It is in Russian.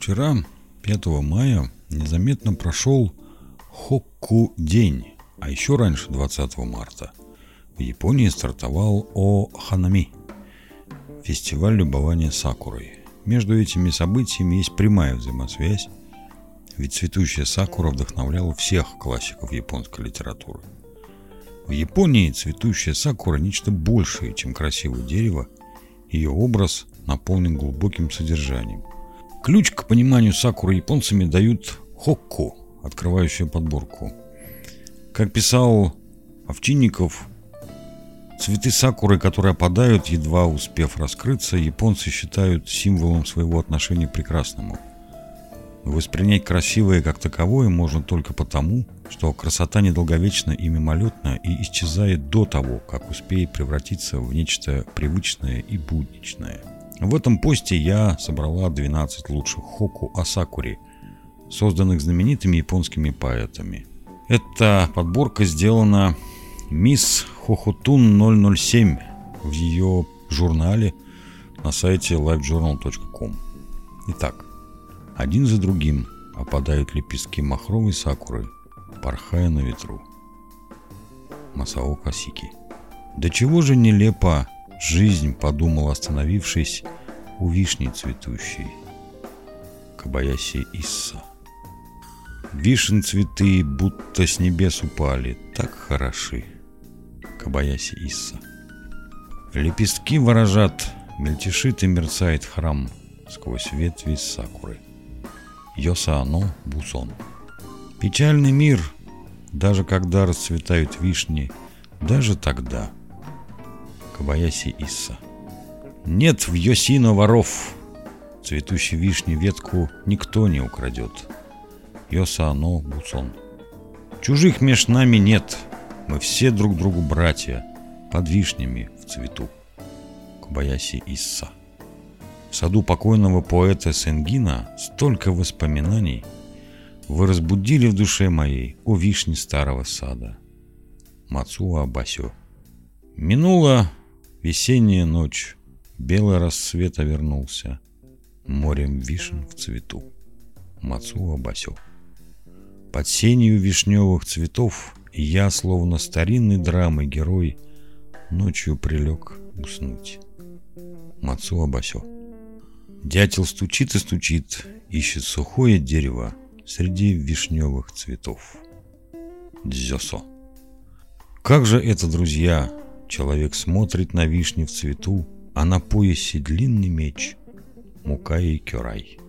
Вчера, 5 мая, незаметно прошел Хокку-день, а еще раньше, 20 марта, в Японии стартовал О-Ханами – фестиваль любования сакурой. Между этими событиями есть прямая взаимосвязь, ведь цветущая сакура вдохновляла всех классиков японской литературы. В Японии цветущая сакура – нечто большее, чем красивое дерево, ее образ наполнен глубоким содержанием. Ключ к пониманию сакуры японцами дают хокку, открывающую подборку. Как писал Овчинников, цветы сакуры, которые опадают, едва успев раскрыться, японцы считают символом своего отношения к прекрасному. Воспринять красивое как таковое можно только потому, что красота недолговечна и мимолетна и исчезает до того, как успеет превратиться в нечто привычное и будничное. В этом посте я собрала 12 лучших хокку о сакуре, созданных знаменитыми японскими поэтами. Эта подборка сделана мисс Хохотун 007 в ее журнале на сайте livejournal.com. Итак, один за другим опадают лепестки махровой сакуры, порхая на ветру. Масао Косики. До чего же нелепа жизнь, подумал, остановившись у вишни цветущей. Кобаяси Исса. Вишен цветы, будто с небес упали, так хороши. Кобаяси Исса. Лепестки ворожат, мельтешит и мерцает храм сквозь ветви сакуры. Йосано Бусон. Печальный мир, даже когда расцветают вишни, даже тогда. Кобаяси Исса. Нет в Йосино воров, цветущей вишни ветку никто не украдет. Йосано Бусон. Чужих меж нами нет, мы все друг другу братья, под вишнями в цвету. Кобаяси Исса. В саду покойного поэта Сэнгина столько воспоминаний. Вы разбудили в душе моей, о вишни старого сада. Мацуо Басё. Минула весенняя ночь, белый рассвет вернулся, морем вишен в цвету. Мацуо Басё. Под сенью вишневых цветов я, словно старинной драмы герой, ночью прилег уснуть. Мацуо Басё. Дятел стучит и стучит, ищет сухое дерево среди вишневых цветов. Дзёсо. Как же это, друзья, человек смотрит на вишни в цвету, а на поясе длинный меч. Мукаи Кёрай.